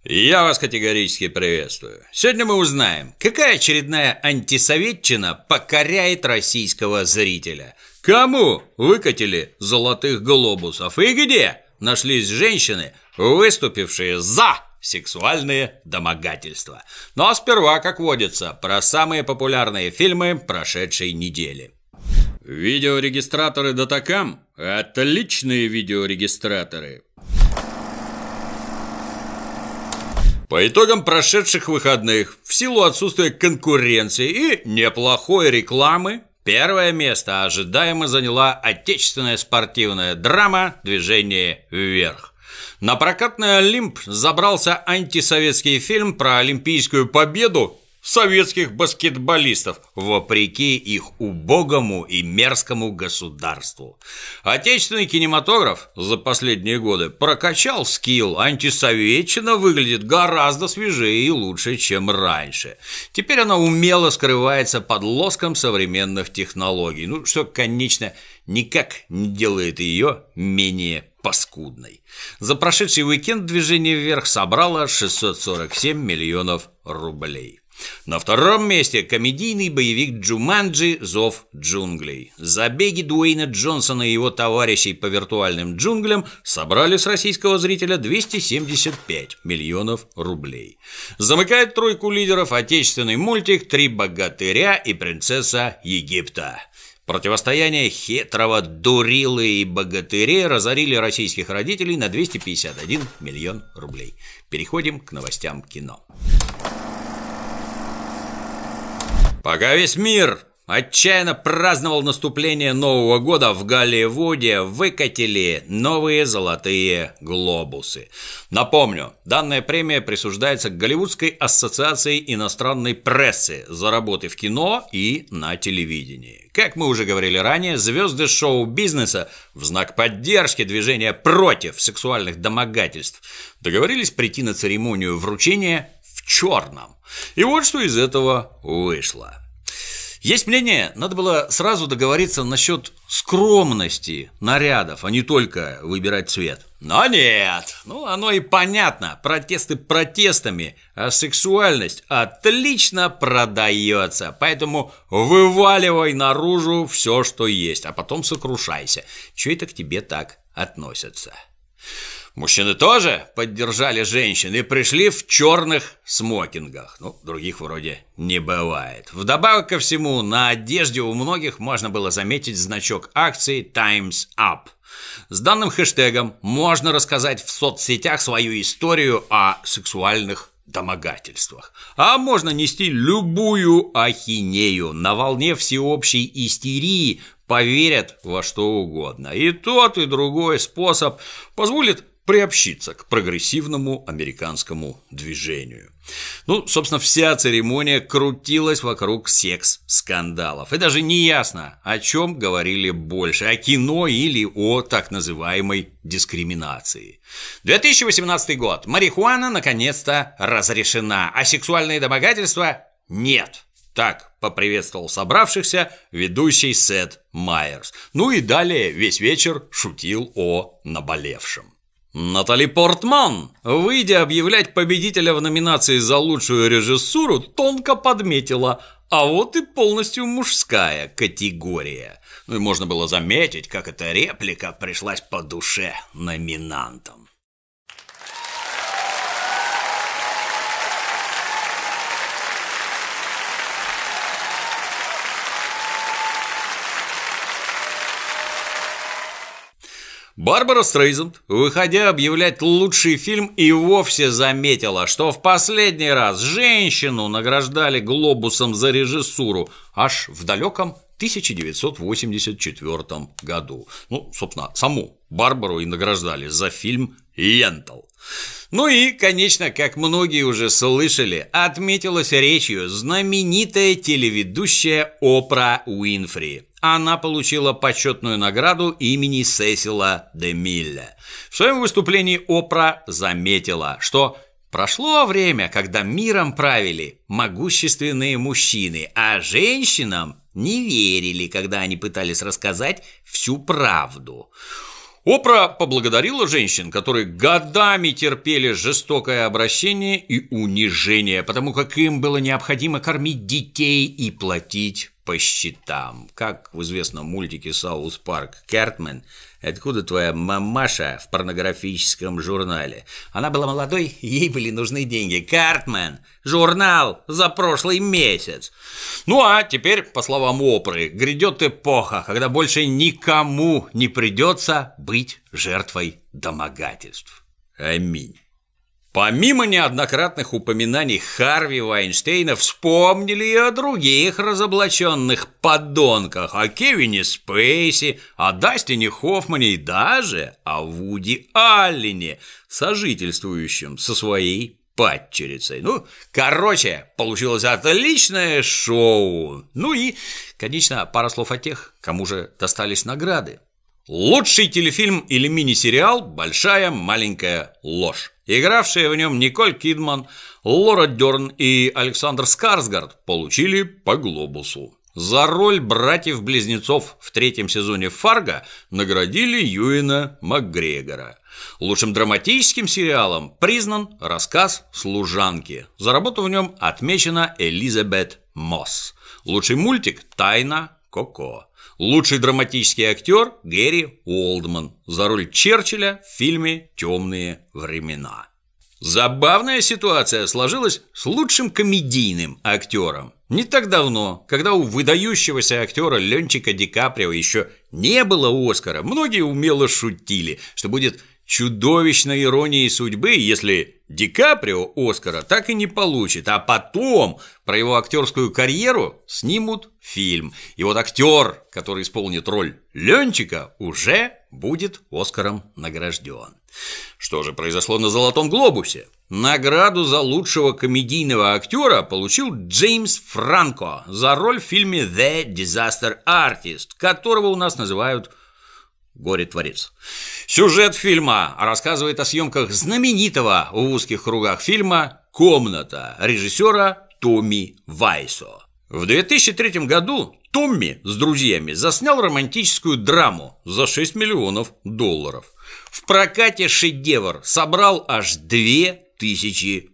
Я вас категорически приветствую. Сегодня мы узнаем, какая очередная антисоветчина покоряет российского зрителя. Кому выкатили золотых глобусов и где нашлись женщины, выступившие за сексуальные домогательства. Ну а сперва, как водится, про самые популярные фильмы прошедшей недели. Видеорегистраторы Datacam – отличные видеорегистраторы. По итогам прошедших выходных, в силу отсутствия конкуренции и неплохой рекламы, первое место ожидаемо заняла отечественная спортивная драма «Движение вверх». На прокатный Олимп забрался антисоветский фильм про олимпийскую победу советских баскетболистов, вопреки их убогому и мерзкому государству. Отечественный кинематограф за последние годы прокачал скилл, антисоветчина выглядит гораздо свежее и лучше, чем раньше. Теперь она умело скрывается под лоском современных технологий, что, конечно, никак не делает ее менее паскудной. За прошедший уикенд «Движение вверх» собрало 647 миллионов рублей. На втором месте комедийный боевик «Джуманджи. Зов джунглей». Забеги Дуэйна Джонсона и его товарищей по виртуальным джунглям собрали с российского зрителя 275 миллионов рублей. Замыкает тройку лидеров отечественный мультик «Три богатыря и принцесса Египта». Противостояние хитрого дурилы и богатырей разорили российских родителей на 251 миллион рублей. Переходим к новостям кино. Пока весь мир отчаянно праздновал наступление Нового года, в Голливуде выкатили новые золотые глобусы. Напомню, данная премия присуждается Голливудской ассоциации иностранной прессы за работы в кино и на телевидении. Как мы уже говорили ранее, звезды шоу-бизнеса в знак поддержки движения против сексуальных домогательств договорились прийти на церемонию вручения в черном. И вот что из этого вышло. Есть мнение, надо было сразу договориться насчет скромности нарядов, а не только выбирать цвет. Но нет, оно и понятно, протесты протестами, а сексуальность отлично продается, поэтому вываливай наружу все, что есть, а потом сокрушайся, что это к тебе так относятся. Мужчины тоже поддержали женщин и пришли в черных смокингах. Других вроде не бывает. Вдобавок ко всему, на одежде у многих можно было заметить значок акции Time's Up. С данным хэштегом можно рассказать в соцсетях свою историю о сексуальных домогательствах. А можно нести любую ахинею. На волне всеобщей истерии поверят во что угодно. И тот, и другой способ позволит приобщиться к прогрессивному американскому движению. Собственно, вся церемония крутилась вокруг секс-скандалов. И даже не ясно, о чем говорили больше, о кино или о так называемой дискриминации. 2018 год. Марихуана наконец-то разрешена, а сексуальные домогательства нет. Так поприветствовал собравшихся ведущий Сет Майерс. И далее весь вечер шутил о наболевшем. Натали Портман, выйдя объявлять победителя в номинации за лучшую режиссуру, тонко подметила: а вот и полностью мужская категория. И можно было заметить, как эта реплика пришлась по душе номинантам. Барбара Стрейзанд, выходя объявлять лучший фильм, и вовсе заметила, что в последний раз женщину награждали глобусом за режиссуру аж в далеком 1984 году. Собственно, саму Барбару и награждали за фильм «Йентл». И, конечно, как многие уже слышали, отметилась речью знаменитая телеведущая Опра Уинфри. Она получила почетную награду имени Сесила Демилля. В своем выступлении Опра заметила, что прошло время, когда миром правили могущественные мужчины, а женщинам не верили, когда они пытались рассказать всю правду. Опра поблагодарила женщин, которые годами терпели жестокое обращение и унижение, потому как им было необходимо кормить детей и платить по счетам. Как в известном мультике «Саус Парк» Кертмен «Откуда твоя мамаша в порнографическом журнале?» Она была молодой, ей были нужны деньги. Кертмен, журнал за прошлый месяц. Ну а теперь, по словам Опры, грядет эпоха, когда больше никому не придется быть жертвой домогательств. Аминь. Помимо неоднократных упоминаний Харви Вайнштейна, вспомнили и о других разоблаченных подонках, о Кевине Спейси, о Дастине Хоффмане и даже о Вуди Аллене, сожительствующем со своей падчерицей. Короче, получилось отличное шоу. И, конечно, пара слов о тех, кому же достались награды. Лучший телефильм или мини-сериал «Большая маленькая ложь». Игравшие в нем Николь Кидман, Лора Дерн и Александр Скарсгард получили по «Глобусу». За роль братьев-близнецов в 3-м сезоне «Фарго» наградили Юэна Макгрегора. Лучшим драматическим сериалом признан рассказ «Служанки». За работу в нем отмечена Элизабет Мосс. Лучший мультик «Тайна Коко». Лучший драматический актер Гэри Олдман за роль Черчилля в фильме «Темные времена». Забавная ситуация сложилась с лучшим комедийным актером. Не так давно, когда у выдающегося актера Ленчика Ди Каприо еще не было Оскара, многие умело шутили, что будет чудовищной иронией судьбы, если Ди Каприо Оскара так и не получит, а потом про его актерскую карьеру снимут фильм. И вот актер, который исполнит роль Ленчика, уже будет Оскаром награжден. Что же произошло на «Золотом глобусе»? Награду за лучшего комедийного актера получил Джеймс Франко за роль в фильме «The Disaster Artist», которого у нас называют «Горе-творец». Сюжет фильма рассказывает о съемках знаменитого в узких кругах фильма «Комната» режиссера Томми Вайсо. В 2003 году Томми с друзьями заснял романтическую драму за $6 миллионов. В прокате шедевр собрал аж $2000.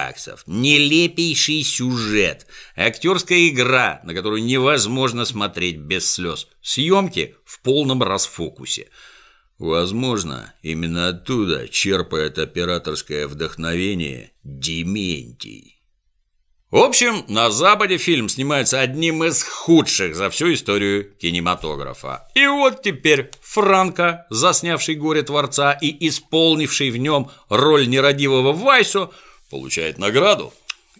Нелепейший сюжет, актерская игра, на которую невозможно смотреть без слез, съемки в полном расфокусе. Возможно, именно оттуда черпает операторское вдохновение Дементий. В общем, на Западе фильм снимается одним из худших за всю историю кинематографа. И вот теперь Франко, заснявший «Горе-творца» и исполнивший в нем роль нерадивого Вайсо, получает награду.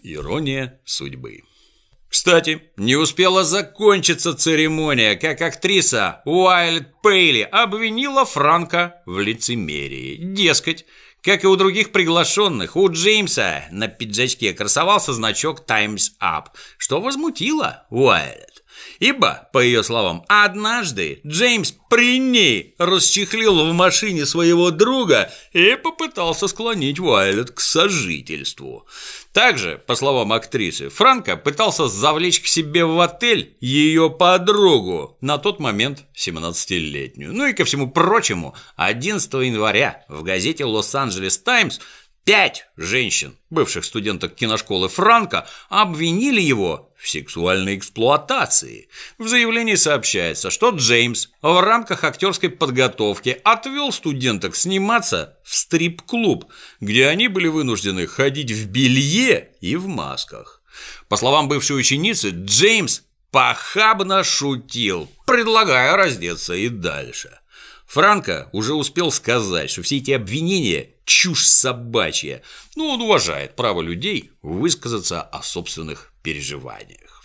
Ирония судьбы. Кстати, не успела закончиться церемония, как актриса Уайлет Пейли обвинила Франко в лицемерии. Дескать, как и у других приглашенных, у Джеймса на пиджачке красовался значок «Time's Up», что возмутило Уайлет. Ибо, по ее словам, однажды Джеймс при ней расчехлил в машине своего друга и попытался склонить Уайлет к сожительству. Также, по словам актрисы, Франко пытался завлечь к себе в отель ее подругу, на тот момент 17-летнюю. И ко всему прочему, 11 января в газете «Лос-Анджелес Таймс» 5 женщин, бывших студенток киношколы Франко, обвинили его в сексуальной эксплуатации. В заявлении сообщается, что Джеймс в рамках актерской подготовки отвел студенток сниматься в стрип-клуб, где они были вынуждены ходить в белье и в масках. По словам бывшей ученицы, Джеймс похабно шутил, предлагая раздеться и дальше. Франко уже успел сказать, что все эти обвинения – чушь собачья, но он уважает право людей высказаться о собственных переживаниях.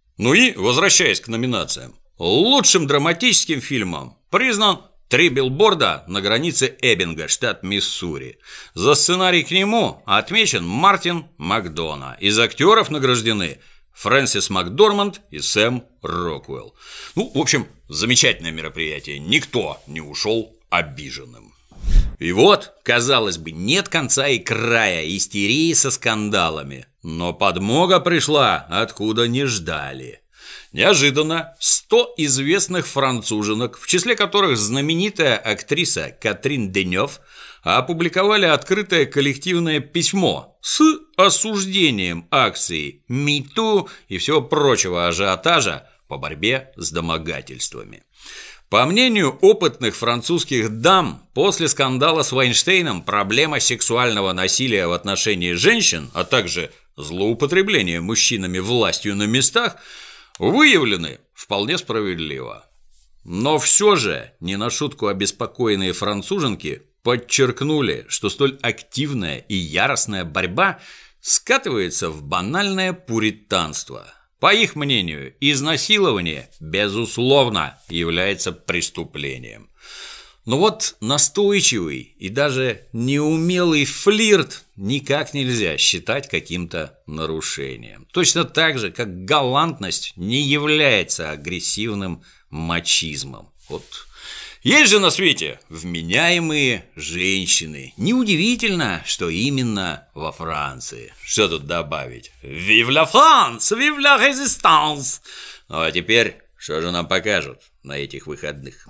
И, возвращаясь к номинациям, лучшим драматическим фильмом признан «Три билборда на границе Эббинга, штат Миссури». За сценарий к нему отмечен Мартин Макдона. Из актеров награждены Фрэнсис Макдорманд и Сэм Роквелл. В общем, замечательное мероприятие. Никто не ушел обиженным. И вот, казалось бы, нет конца и края истерии со скандалами. Но подмога пришла, откуда не ждали. Неожиданно 100 известных француженок, в числе которых знаменитая актриса Катрин Денёв, опубликовали открытое коллективное письмо с осуждением акции #MeToo и всего прочего ажиотажа по борьбе с домогательствами. По мнению опытных французских дам, после скандала с Вайнштейном проблема сексуального насилия в отношении женщин, а также злоупотребление мужчинами властью на местах, выявлены вполне справедливо. Но все же не на шутку обеспокоенные француженки подчеркнули, что столь активная и яростная борьба скатывается в банальное пуританство. По их мнению, изнасилование, безусловно, является преступлением. Но вот настойчивый и даже неумелый флирт никак нельзя считать каким-то нарушением. Точно так же, как галантность не является агрессивным мачизмом. Вот. Есть же на свете вменяемые женщины. Неудивительно, что именно во Франции. Что тут добавить? Vive la France! Vive la résistance! Ну а теперь, что же нам покажут на этих выходных?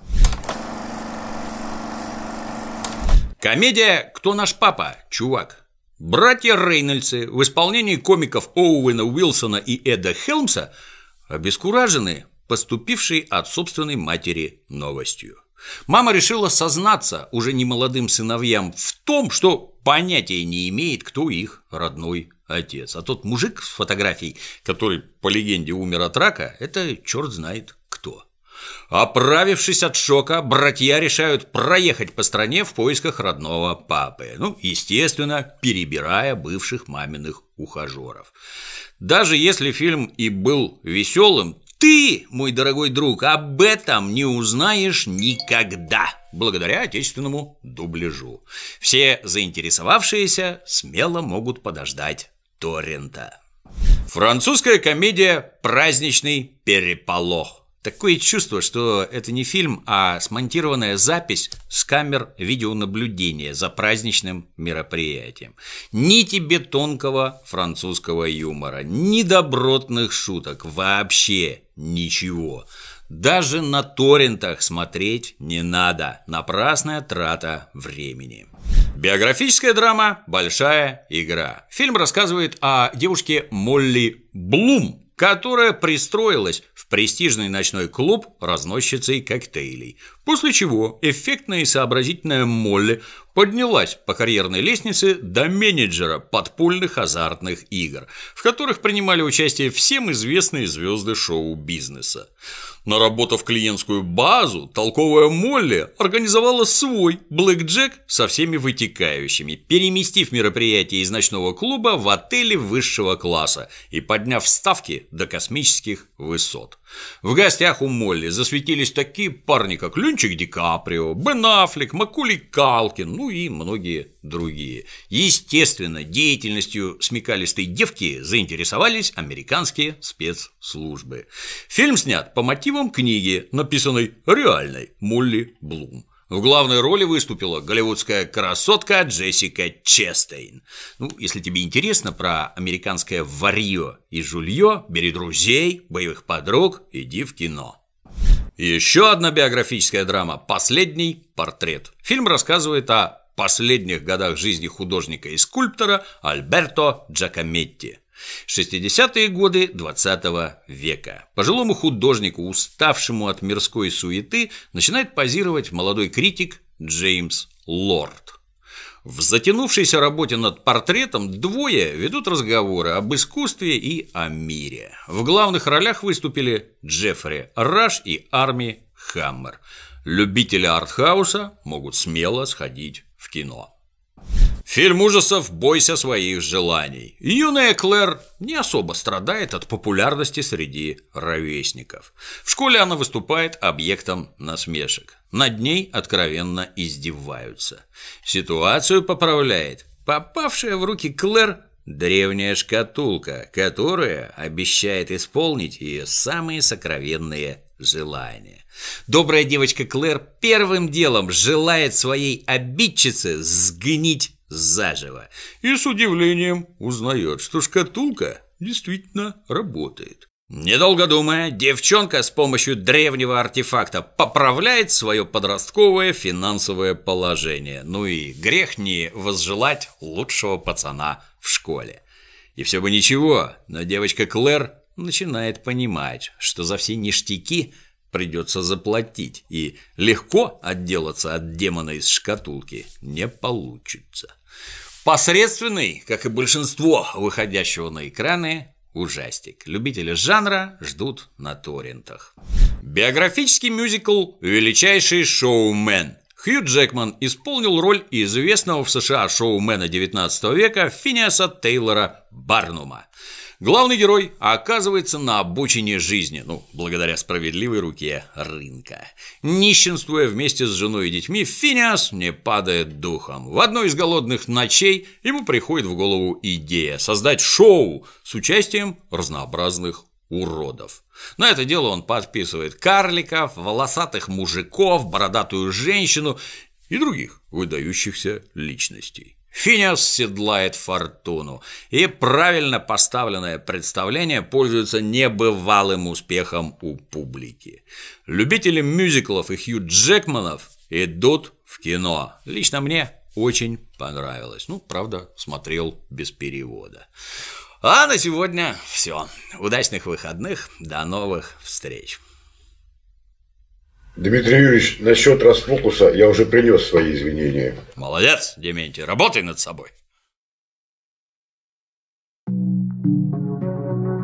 Комедия «Кто наш папа, чувак?». Братья Рейнольдсы в исполнении комиков Оуэна Уилсона и Эда Хелмса обескуражены поступившей от собственной матери новостью. Мама решила сознаться уже немолодым сыновьям в том, что понятия не имеет, кто их родной отец. А тот мужик с фотографией, который, по легенде, умер от рака, это черт знает кто. Оправившись от шока, братья решают проехать по стране в поисках родного папы. Ну, естественно, перебирая бывших маминых ухажеров. Даже если фильм и был веселым, ты, мой дорогой друг, об этом не узнаешь никогда, благодаря отечественному дубляжу. Все заинтересовавшиеся смело могут подождать торрента. Французская комедия «Праздничный переполох». Такое чувство, что это не фильм, а смонтированная запись с камер видеонаблюдения за праздничным мероприятием. Ни тебе тонкого французского юмора, ни добротных шуток, вообще ничего. Даже на торрентах смотреть не надо, напрасная трата времени. Биографическая драма «Большая игра». Фильм рассказывает о девушке Молли Блум, которая пристроилась в престижный ночной клуб разносчицей коктейлей, после чего эффектная и сообразительная Молли поднялась по карьерной лестнице до менеджера подпольных азартных игр, в которых принимали участие всем известные звезды шоу-бизнеса. Наработав клиентскую базу, толковая Молли организовала свой блэкджек со всеми вытекающими, переместив мероприятие из ночного клуба в отели высшего класса и подняв ставки до космических высот. В гостях у Молли засветились такие парни, как Леонардо Ди Каприо, Бен Аффлек, Маколей Калкин, ну и многие другие. Естественно, деятельностью смекалистой девки заинтересовались американские спецслужбы. Фильм снят по мотивам книги, написанной реальной Молли Блум. В главной роли выступила голливудская красотка Джессика Честейн. Ну, если тебе интересно про американское варьё и жульё, бери друзей, боевых подруг, иди в кино. Еще одна биографическая драма «Последний портрет». Фильм рассказывает о последних годах жизни художника и скульптора Альберто Джакометти. 60-е годы 20 века. Пожилому художнику, уставшему от мирской суеты, начинает позировать молодой критик Джеймс Лорд. В затянувшейся работе над портретом двое ведут разговоры об искусстве и о мире. В главных ролях выступили Джеффри Раш и Арми Хаммер. Любители артхауса могут смело сходить в кино. Фильм ужасов «Бойся своих желаний». Юная Клэр не особо страдает от популярности среди ровесников. В школе она выступает объектом насмешек. Над ней откровенно издеваются. Ситуацию поправляет попавшая в руки Клэр древняя шкатулка, которая обещает исполнить ее самые сокровенные желания. Добрая девочка Клэр первым делом желает своей обидчице сгнить заживо и с удивлением узнает, что шкатулка действительно работает. Недолго думая, девчонка с помощью древнего артефакта поправляет свое подростковое финансовое положение. Ну и грех не возжелать лучшего пацана в школе. И все бы ничего, но девочка Клэр начинает понимать, что за все ништяки придется заплатить, и легко отделаться от демона из шкатулки не получится. Посредственный, как и большинство выходящего на экраны, ужастик. Любители жанра ждут на торрентах. Биографический мюзикл «Величайший шоумен». Хью Джекман исполнил роль известного в США шоумена 19 века Финиаса Тейлора Барнума. Главный герой оказывается на обочине жизни, благодаря справедливой руке рынка. Нищенствуя вместе с женой и детьми, Финиас не падает духом. В одной из голодных ночей ему приходит в голову идея создать шоу с участием разнообразных уродов. На это дело он подписывает карликов, волосатых мужиков, бородатую женщину и других выдающихся личностей. Финиас седлает фортуну, и правильно поставленное представление пользуется небывалым успехом у публики. Любители мюзиклов и Хью Джекманов идут в кино. Лично мне очень понравилось. Правда, смотрел без перевода. А на сегодня все. Удачных выходных, до новых встреч. Дмитрий Юрьевич, насчет расфокуса я уже принес свои извинения. Молодец, Дементий, работай над собой.